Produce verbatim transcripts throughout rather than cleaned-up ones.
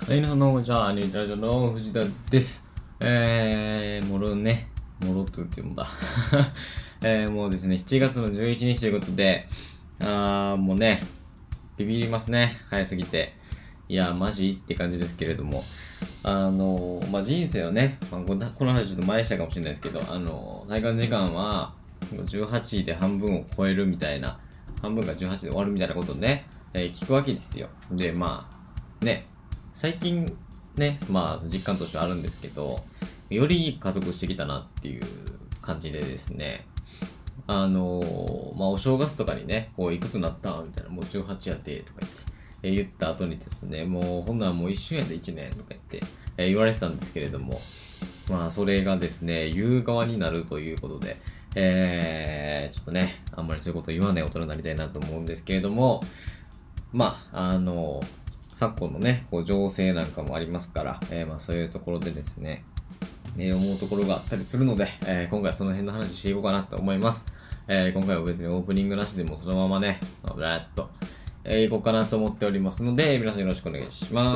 はい、皆さんどうもこんにちは。アニメラジオの藤田です。えー、もろね、もろっとっていうんだ。えー、もうですね、しちがつのじゅういちにちということで、あー、もうね、ビビりますね。早すぎて。いや、マジって感じですけれども。あのー、まあ、人生のね、まあ、このこの話ちょっと前したかもしれないですけど、あのー、体感時間は、じゅうはちで半分を超えるみたいな、半分がじゅうはちで終わるみたいなことをね、えー聞くわけですよ。で、まあ、ね、最近ね、まあ実感としてはあるんですけど、より加速してきたなっていう感じでですね、あのー、まあお正月とかにね、こういくつになったみたいな、もうじゅうはちやでとか言って、えー言った後にですね、もうほんならもう一瞬やでいちねんとか言って、えー言われてたんですけれども、まあそれがですね、言う側になるということで、えー、ちょっとね、あんまりそういうこと言わない大人になりたいなと思うんですけれども、まあ、あの、昨今のね、こう情勢なんかもありますから、えーまあそういうところでですね、えー思うところがあったりするので、えー今回はその辺の話していこうかなと思います。えー今回は別にオープニングなしでもそのままね、ブラーっと、えー、いこうかなと思っておりますので、皆さんよろしくお願いします。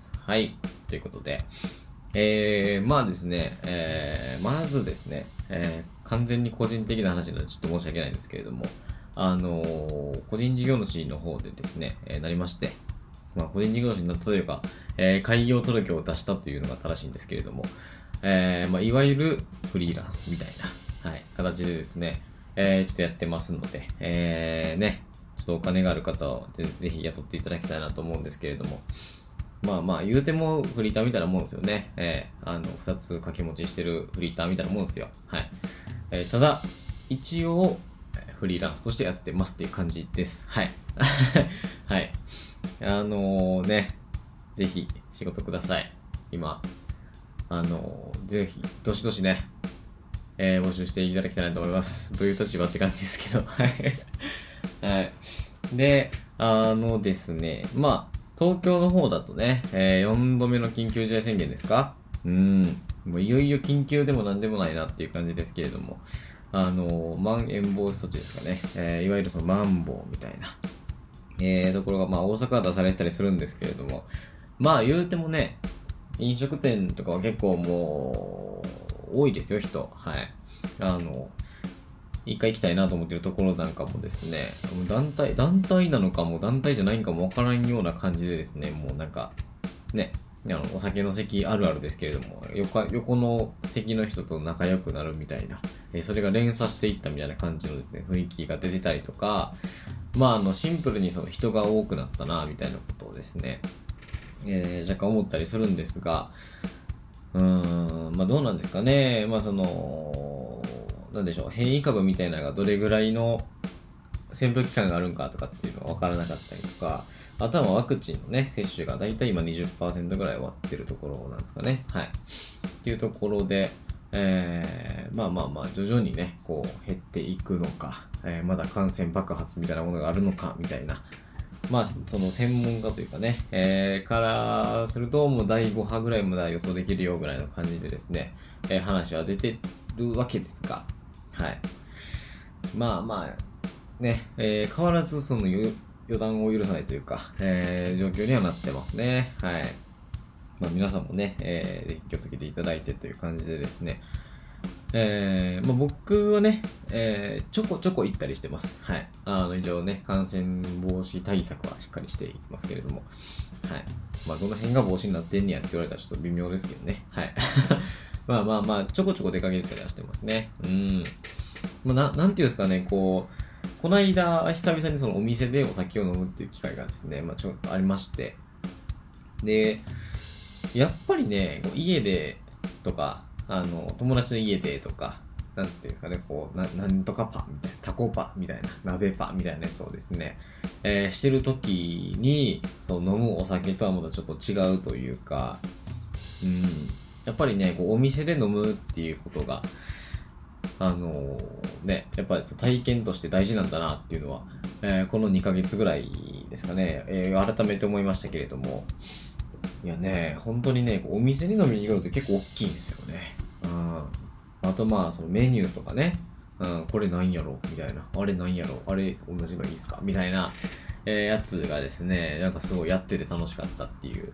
はい。ということで、えー、まあですね、えー、まずですね、えー、完全に個人的な話なのでちょっと申し訳ないんですけれども、あのー、個人事業主の方でですね、えーなりまして、まあ、個人事業主になったというか、えー開業届を出したというのが正しいんですけれども、えーまあ、いわゆるフリーランスみたいな、はい、形でですね、えーちょっとやってますので、えーね、ちょっとお金がある方はぜぜひ雇っていただきたいなと思うんですけれども、まあまあ、言うてもフリーターみたいなもんですよね。えー、あの、二つ掛け持ちしてるフリーターみたいなもんですよ。はい。えー、ただ、一応、フリーランスとしてやってますっていう感じです。はい。はい。あのー、ね、ぜひ仕事ください。今、あのー、ぜひ、どしどしね、えー、募集していただきたいなと思います。どういう立場って感じですけど。はい。はい。で、あのですね、まあ、東京の方だとね、えー、よんどめの緊急事態宣言ですか。うーん、もういよいよ緊急でもなんでもないなっていう感じですけれども、あの、まん延防止措置ですかね、えー、いわゆるそのマンボウみたいな、えー、ところが、まあ、大阪は出されてたりするんですけれども、まあ、言うてもね、飲食店とかは結構もう、多いですよ、人。はい。あの、一回行きたいなと思ってるところなんかもですね、もう団体、団体なのかも団体じゃないんかもわからんような感じでですね、もうなんか、ね、あの、お酒の席あるあるですけれども、横横の席の人と仲良くなるみたいな、えーそれが連鎖していったみたいな感じのですね、雰囲気が出てたりとか、まあ、あの、シンプルにその人が多くなったな、みたいなことをですね、えー若干思ったりするんですが、うーん、まあどうなんですかね。まあその、なんでしょう、変異株みたいなのがどれぐらいの潜伏期間があるんかとかっていうのは分からなかったりとか、あとはまあワクチンのね、接種がだいたい今にじゅっパーセントぐらい終わってるところなんですかね。はい。っていうところで、えー、まあまあまあ、徐々にね、こう減っていくのか、えーまだ感染爆発みたいなものがあるのか、みたいな。まあ、その専門家というかね、えー、からすると、もうだいご波ぐらいまでは予想できるよぐらいの感じでですね、えー話は出てるわけですが、はい。まあまあ、ね、えー変わらずその予予断を許さないというか、えー状況にはなってますね。はい。まあ皆さんもね、えーぜひ気をつけていただいてという感じでですね、えーまあ、僕はね、えーちょこちょこ行ったりしてます。はい。あの、一応ね、感染防止対策はしっかりしていきますけれども。はい。まあ、どの辺が防止になってんねやって言われたらちょっと微妙ですけどね。はい。まあまあまあ、ちょこちょこ出かけてたりはしてますね。うん。まあ、な、なんていうんですかね、こう、この間、久々にそのお店でお酒を飲むっていう機会がですね、まあ、ちょっとありまして。で、やっぱりね、こう家でとか、あの、友達の家でとか、なんていうんですかね、こう、ななんとかパみたいな、タコパみたいな、鍋パみたいなやつをですね、えーしてる時に、そう、飲むお酒とはまたちょっと違うというか、うん、やっぱりね、こうお店で飲むっていうことが、あのーね、やっぱりそう体験として大事なんだなっていうのは、えーこのにかげつぐらいですかね、えー改めて思いましたけれども、いやね、本当にね、こうお店に飲みに行くのって結構大きいんですよね。うん。あとまあ、そのメニューとかね、うん、これなんやろみたいな。あれなんやろあれ同じのいいっすかみたいな。 えーやつがですね、なんかすごいやってて楽しかったっていう。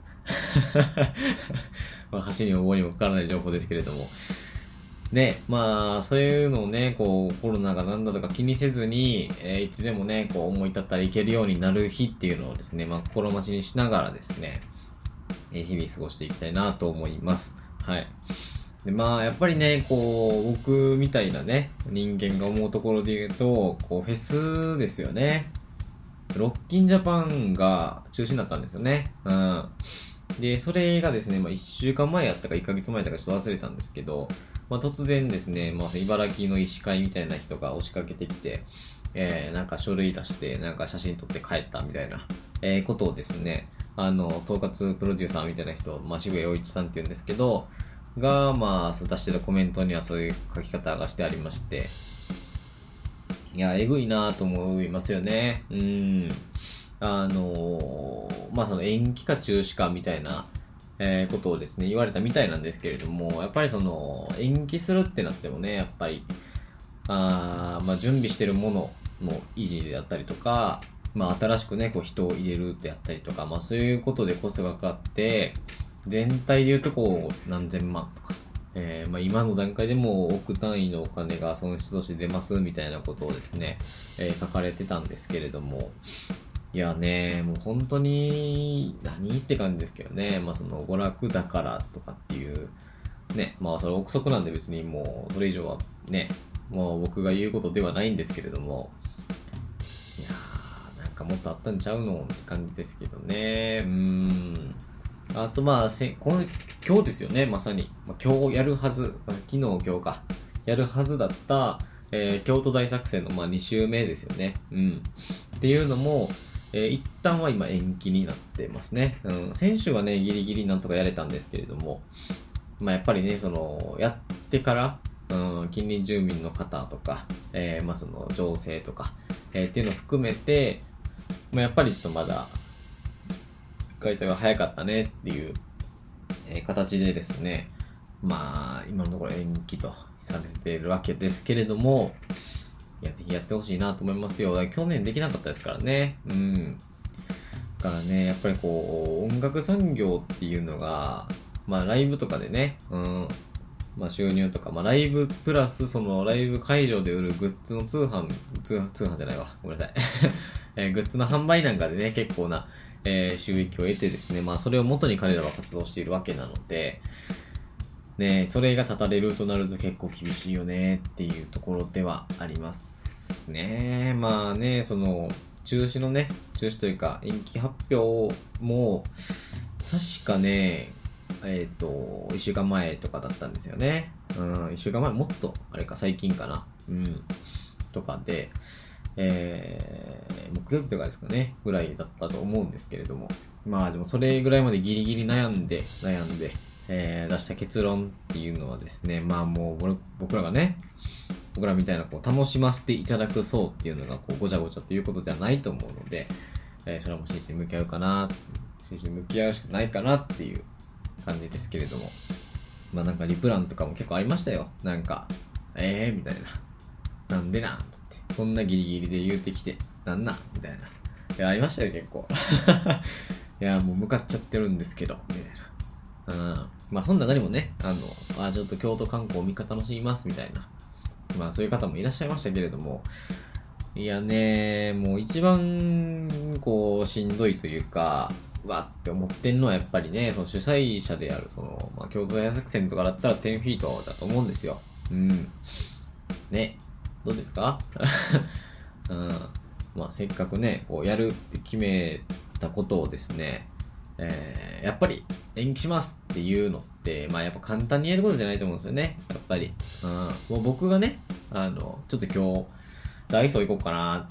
まあ、橋にも棒にもかからない情報ですけれども。ね、まあ、そういうのをね、こう、コロナがなんだとか気にせずに、えーいつでもね、こう思い立ったらいけるようになる日っていうのをですね、まあ、心待ちにしながらですね、えー日々過ごしていきたいなと思います。はい。で、まあ、やっぱりね、こう、僕みたいなね、人間が思うところで言うと、こう、フェスですよね。ロッキンジャパンが中止になったんですよね。うん。で、それがですね、まあ、いっしゅうかんまえやったかいっかげつまえやったかちょっと忘れたんですけど、まあ、突然ですね、まあ、茨城の医師会みたいな人が押しかけてきて、えー、なんか書類出して、なんか写真撮って帰ったみたいな、えー、ことをですね、あの、統括プロデューサーみたいな人、まあ、渋谷陽一さんって言うんですけど、が、まあ、出してたコメントにはそういう書き方がしてありまして、いや、えぐいなと思いますよね。うん。あのーまあその延期か中止かみたいな、えーことをですね、言われたみたいなんですけれども、やっぱりその、延期するってなってもね、やっぱり、あーまあ準備してるものの維持であったりとか、まあ新しくね、こう人を入れるであったりとか、まあそういうことでコストがかかって、全体で言うとこう何千万とか、えーまあ今の段階でも億単位のお金が損失として出ますみたいなことをですね、えー書かれてたんですけれども、いやね、もう本当に、何って感じですけどね。まあその娯楽だからとかっていう、ね、まあそれ憶測なんで別にもうそれ以上はね、もう僕が言うことではないんですけれども、いやー、なんかもっとあったんちゃうのって感じですけどね。うーん。あとまあ、せこの今日ですよね、まさに。まあ、今日やるはず、まあ昨日今日か、やるはずだった、えー京都大作戦のまあに週目ですよね。うん。っていうのも、えー一旦は今延期になってますね。うん。先週はね、ギリギリなんとかやれたんですけれども、まあやっぱりね、その、やってから、うん、近隣住民の方とか、えーまあその情勢とか、えーっていうのを含めて、まあやっぱりちょっとまだ、開催は早かったねっていう、えー形でですね、まあ、今のところ延期とされているわけですけれども、いや、ぜひやってほしいなと思いますよ。去年できなかったですからね。うん。だからね、やっぱりこう、音楽産業っていうのが、まあ、ライブとかでね、うん、まあ、収入とか、まあ、ライブプラス、その、ライブ会場で売るグッズの通販、通販、通販じゃないわ。ごめんなさい。えーグッズの販売なんかでね、結構な、えー収益を得てですね、まあ、それを元に彼らは活動しているわけなので、ね、それが立たれるとなると結構厳しいよねっていうところではありますね。まあね、その、中止のね、中止というか延期発表も、確かね、えっ、と、いっしゅうかんまえとかだったんですよね。うん、いっしゅうかんまえ、もっと、あれか、最近かな。うん、とかで、えー、木曜日とかですかね、ぐらいだったと思うんですけれども。まあでもそれぐらいまでギリギリ悩んで、悩んで、えー出した結論っていうのはですね、まあもう僕僕らがね、僕らみたいなこう楽しませていただく層っていうのがこうごちゃごちゃということではないと思うので、えーそれはもう真摯に向き合うかな、真摯に向き合うしかないかなっていう感じですけれども。まあなんかリプランとかも結構ありましたよ。なんか、えーみたいな。なんでなんつって。こんなギリギリで言うてきて、なんなんみたいな。いや、ありましたよ、結構。いや、もう向かっちゃってるんですけど、みたいな。うん。まあ、その中にもね、あの、あ、ちょっと京都観光みっか楽しみます、みたいな。まあ、そういう方もいらっしゃいましたけれども、いやね、もう一番、こう、しんどいというか、うわって思ってんのはやっぱりね、その主催者である、その、まあ、京都大作戦とかだったらじゅうフィートだと思うんですよ。うん。ね。どうですか？うん。まあ、せっかくね、こう、やるって決めたことをですね、えー、やっぱり延期しますっていうのって、まあやっぱ簡単に言えることじゃないと思うんですよね。やっぱり。うん。もう僕がね、あの、ちょっと今日、ダイソー行こうかなって、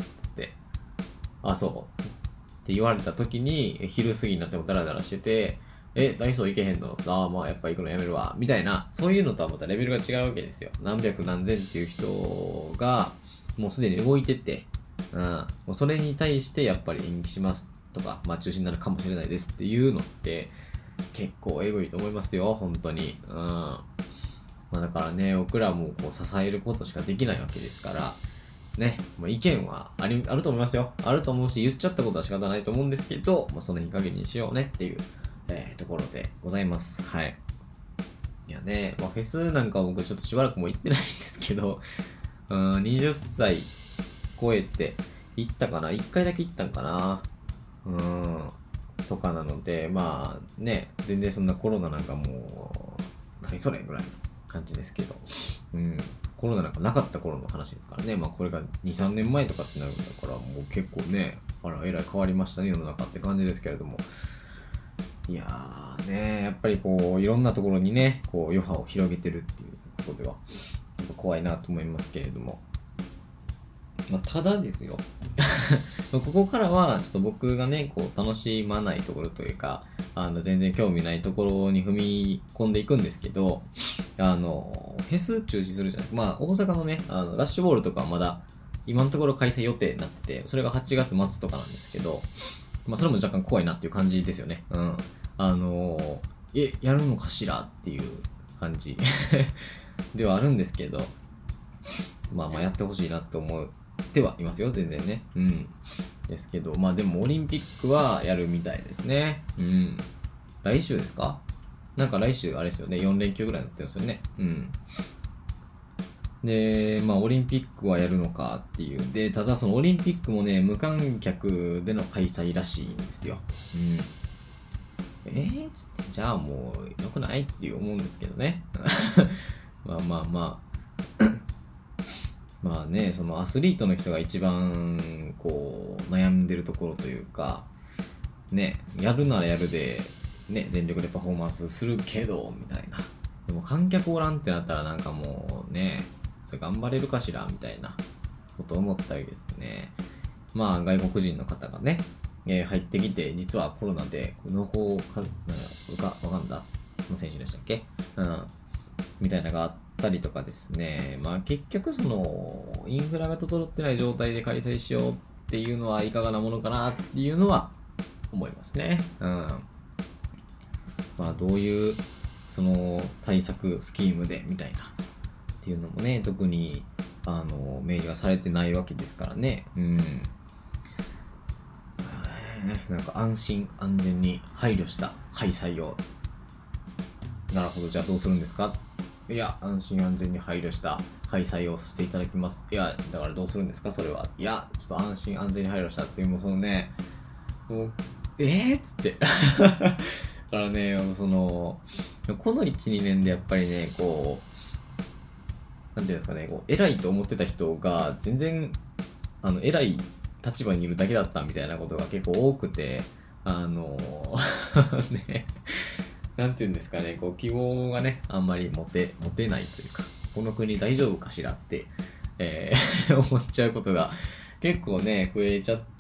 あ、そうって言われた時に、昼過ぎになってもダラダラしてて、え、ダイソー行けへんのああ、まあやっぱ行くのやめるわ。みたいな、そういうのとはまたレベルが違うわけですよ。何百何千っていう人が、もうすでに動いてて、うん。もうそれに対してやっぱり延期しますとか、まあ中止になるかもしれないですっていうのって、結構エグいと思いますよ、本当に。うん。まあだからね、僕らもこう支えることしかできないわけですから、 ね、まあ、意見はあり、あると思いますよ。あると思うし、言っちゃったことは仕方ないと思うんですけど、まあ、その日陰にしようねっていう、えー、ところでございます。はい。いやね、まあ、フェスなんか僕ちょっとしばらくもう行ってないんですけど、うん、はたち超えて行ったかな？ いっ 回だけ行ったんかな？うん、とかなので、まあね、全然そんなコロナなんかもう、何それぐらいの感じですけど、うん、コロナなんかなかった頃の話ですからね、まあこれがに、さんねんまえとかってなるんだから、もう結構ね、あら、えらい変わりましたね、世の中って感じですけれども、いやーね、やっぱりこう、いろんなところにね、こう、余波を広げてるっていうことでは、やっぱ怖いなと思いますけれども、まあ、ただですよここからはちょっと僕がねこう楽しまないところというかあの全然興味ないところに踏み込んでいくんですけどあのフェス中止するじゃないですか。まあ大阪のねあのラッシュボールとかはまだ今のところ開催予定になってそれがはちがつ末とかなんですけど、まあそれも若干怖いなっていう感じですよね。うんあのえやるのかしらっていう感じではあるんですけどまあまあやってほしいなって思うてはいますよ、全然ね。うん。ですけど、まあでもオリンピックはやるみたいですね。うん。来週ですか？なんか来週あれですよね、よん連休ぐらいになってるんですよね。うん。で、まあオリンピックはやるのかっていう。で、ただそのオリンピックもね、無観客での開催らしいんですよ。うん。えー、つって、じゃあもう良くないって思うんですけどね。まあまあまあ。まあね、そのアスリートの人が一番こう悩んでるところというか、ね、やるならやるで、ね、全力でパフォーマンスするけど、みたいな。でも観客おらんってなったらなんかもうね、それ頑張れるかしらみたいなこと思ったりですね。まあ外国人の方がね、えー入ってきて、実はコロナで濃厚か、なんか、わかんだの選手でしたっけ？うん。みたいなのがあったりとかですね、まあ結局そのインフラが整ってない状態で開催しようっていうのはいかがなものかなっていうのは思いますね。うん。まあどういうその対策スキームでみたいなっていうのもね、特にあの明示がされてないわけですからね。うん。なんか安心安全に配慮した開催をなるほど、じゃあどうするんですか？いや、安心安全に配慮した開催をさせていただきます。いや、だからどうするんですかそれは。いや、ちょっと安心安全に配慮したっていう、もうそのね、もう、えーっつって。だからね、もうその、このいち、にねんでやっぱりね、こう、なんていうんですかね、こう、偉いと思ってた人が全然、あの、偉い立場にいるだけだったみたいなことが結構多くて、あの、ね、なんていうんですかね、こう希望がね、あんまり持て、持てないというか、この国大丈夫かしらって、えー思っちゃうことが結構ね、増えちゃって、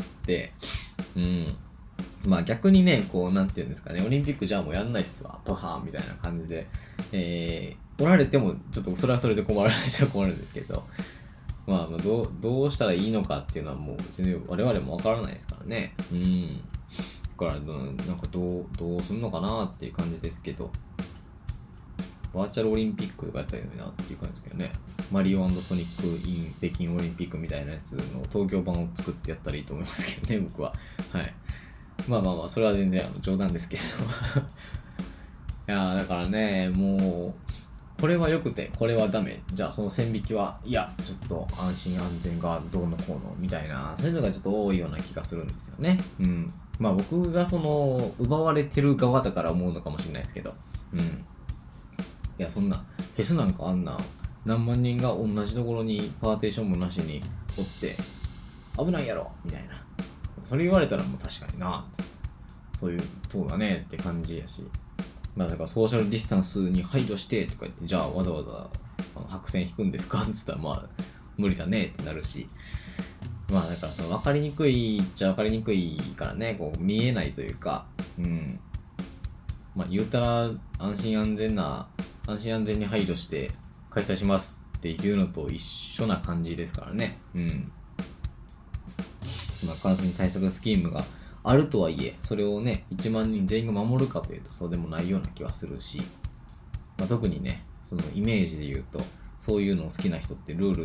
うん。まあ逆にね、こう、なんていうんですかね、オリンピックじゃあもうやんないっすわ、パハーみたいな感じで、えー、おられても、ちょっとそれはそれで困られちゃ困るんですけど、まあ、どう、どうしたらいいのかっていうのはもう全然我々もわからないですからね。うん。だから、なんかどう、どうすんのかなっていう感じですけど、バーチャルオリンピックとかやったらいいのになっていう感じですけどね。マリオソニック・イン・北京オリンピックみたいなやつの東京版を作ってやったらいいと思いますけどね、僕は。はい。まあまあまあ、それは全然あの冗談ですけど。いやー、だからね、もう、これは良くて、これはダメ。じゃあその線引きは、いや、ちょっと安心安全がどうのこうのみたいな、そういうのがちょっと多いような気がするんですよね。うん。まあ僕がその、奪われてる側だから思うのかもしれないですけど。うん。いや、そんな、フェスなんかあんな、何万人が同じところにパーテーションもなしにおって、危ないやろみたいな。それ言われたらもう確かになってそういう、そうだねって感じやし。まあだからソーシャルディスタンスに配慮してとか言って、じゃあわざわざあの白線引くんですかって言ったらまあ無理だねってなるし。まあだからその分かりにくいっちゃ分かりにくいからね、こう見えないというか、うん。まあ言うたら安心安全な、安心安全に配慮して開催しますっていうのと一緒な感じですからね。うん。まあ感染対策スキームがあるとはいえ、それをね、いちまん人全員が守るかというとそうでもないような気はするし、まあ、特にね、そのイメージで言うと、そういうのを好きな人ってルール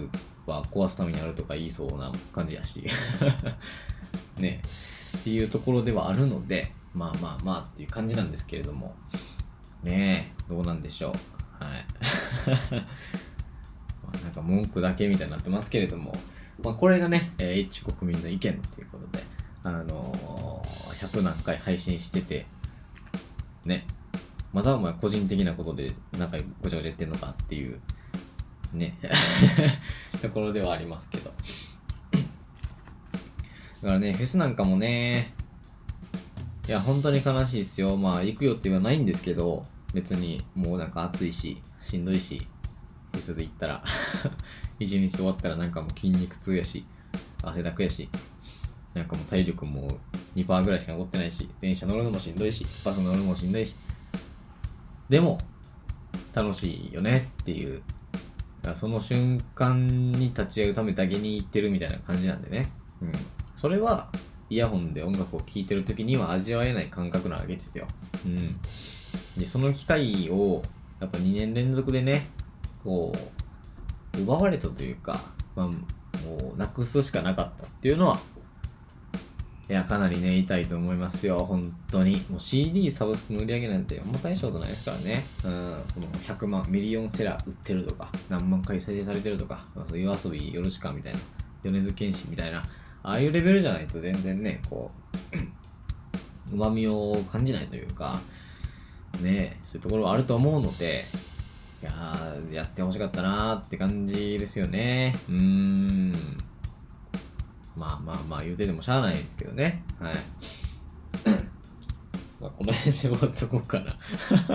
は壊すためにあるとか言いそうな感じやしねっていうところではあるので、まあまあまあっていう感じなんですけれどもねえ、どうなんでしょう。はいまあなんか文句だけみたいになってますけれども、まあ、これがね、えー、一国民の意見ということで、あのー、ひゃく何回配信しててね、まだお前個人的なことでなんかごちゃごちゃ言ってんのかっていうねところではありますけど、だからね、フェスなんかもね、いや本当に悲しいですよ。まあ行くよって言わないんですけど、別にもうなんか暑いししんどいし、フェスで行ったら一日終わったらなんかもう筋肉痛やし汗だくやし、なんかもう体力も にパーセント ぐらいしか残ってないし、電車乗るのもしんどいし、バス乗るのもしんどいし、でも楽しいよねっていう、だからその瞬間に立ち会うためだけに行ってるみたいな感じなんでね、うん、それはイヤホンで音楽を聴いてる時には味わえない感覚なわけですよ。うん。で、その機会をやっぱにねん連続でね、こう奪われたというか、まあ、もうなくすしかなかったっていうのは、いやかなりね痛いと思いますよ。本当にもう シーディー サブスクの売り上げなんてあんま大したことないですからね。うん、そのひゃくまんミリオンセラー売ってるとか、何万回再生されてるとか、まあ、そういう夜遊びヨルシカみたいな、米津玄師みたいな、ああいうレベルじゃないと全然ね、こう旨味を感じないというかね、そういうところはあると思うので、いやーやってほしかったなーって感じですよね。うーん、まあまあまあ言うてでもしゃあないですけどね。はい。まあこの辺で終わっとこうかな。い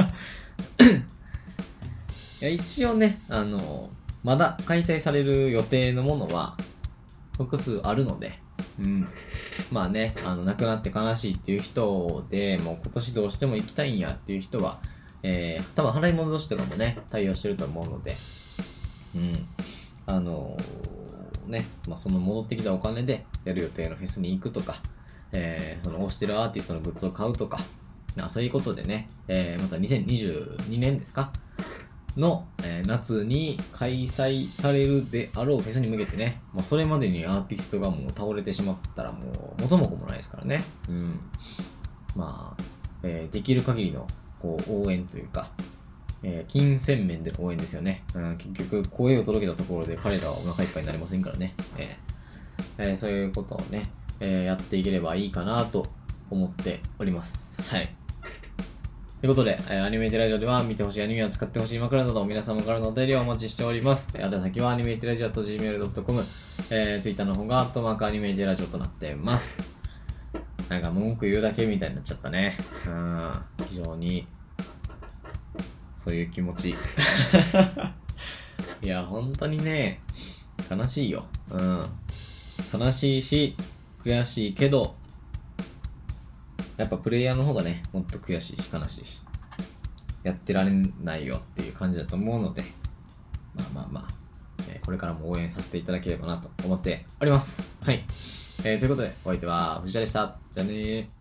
や一応ね、あのまだ開催される予定のものは複数あるので、うん。まあね、あの亡くなって悲しいっていう人で、もう今年どうしても行きたいんやっていう人は、えー、多分払い戻しとかもね対応してると思うので、うん。あのー、ね、まあ、その戻ってきたお金でやる予定のフェスに行くとか、えー、その推してるアーティストのグッズを買うとか、あそういうことでね、えー、またにせんにじゅうにねんですかの、えー、夏に開催されるであろうフェスに向けてね、まあ、それまでにアーティストがもう倒れてしまったらもう元も子もないですからね。うん。まあ、えー、できる限りのこう応援というか、えー、金銭面での応援ですよね。うん、結局声を届けたところで彼らはお腹いっぱいになりませんからね。えーえー、そういうことをね、えー、やっていければいいかなと思っております。はい。ということで、えー、アニメイテラジオでは見てほしいアニメや使ってほしい枕など皆様からのお便りをお待ちしております。えー、宛先はアニメイテラジオ アットジーメールドットコム、えー、Twitter の方がアットマークアニメイテラジオとなっています。なんか文句言うだけみたいになっちゃったね。うん、非常にそういう気持ちいや本当にね悲しいよ。うん、悲しいし悔しいけど、やっぱプレイヤーの方がねもっと悔しいし悲しいしやってられないよっていう感じだと思うので、まあまあまあ、えー、これからも応援させていただければなと思っております。はい、えー、ということでお相手は藤田でした。じゃあねー。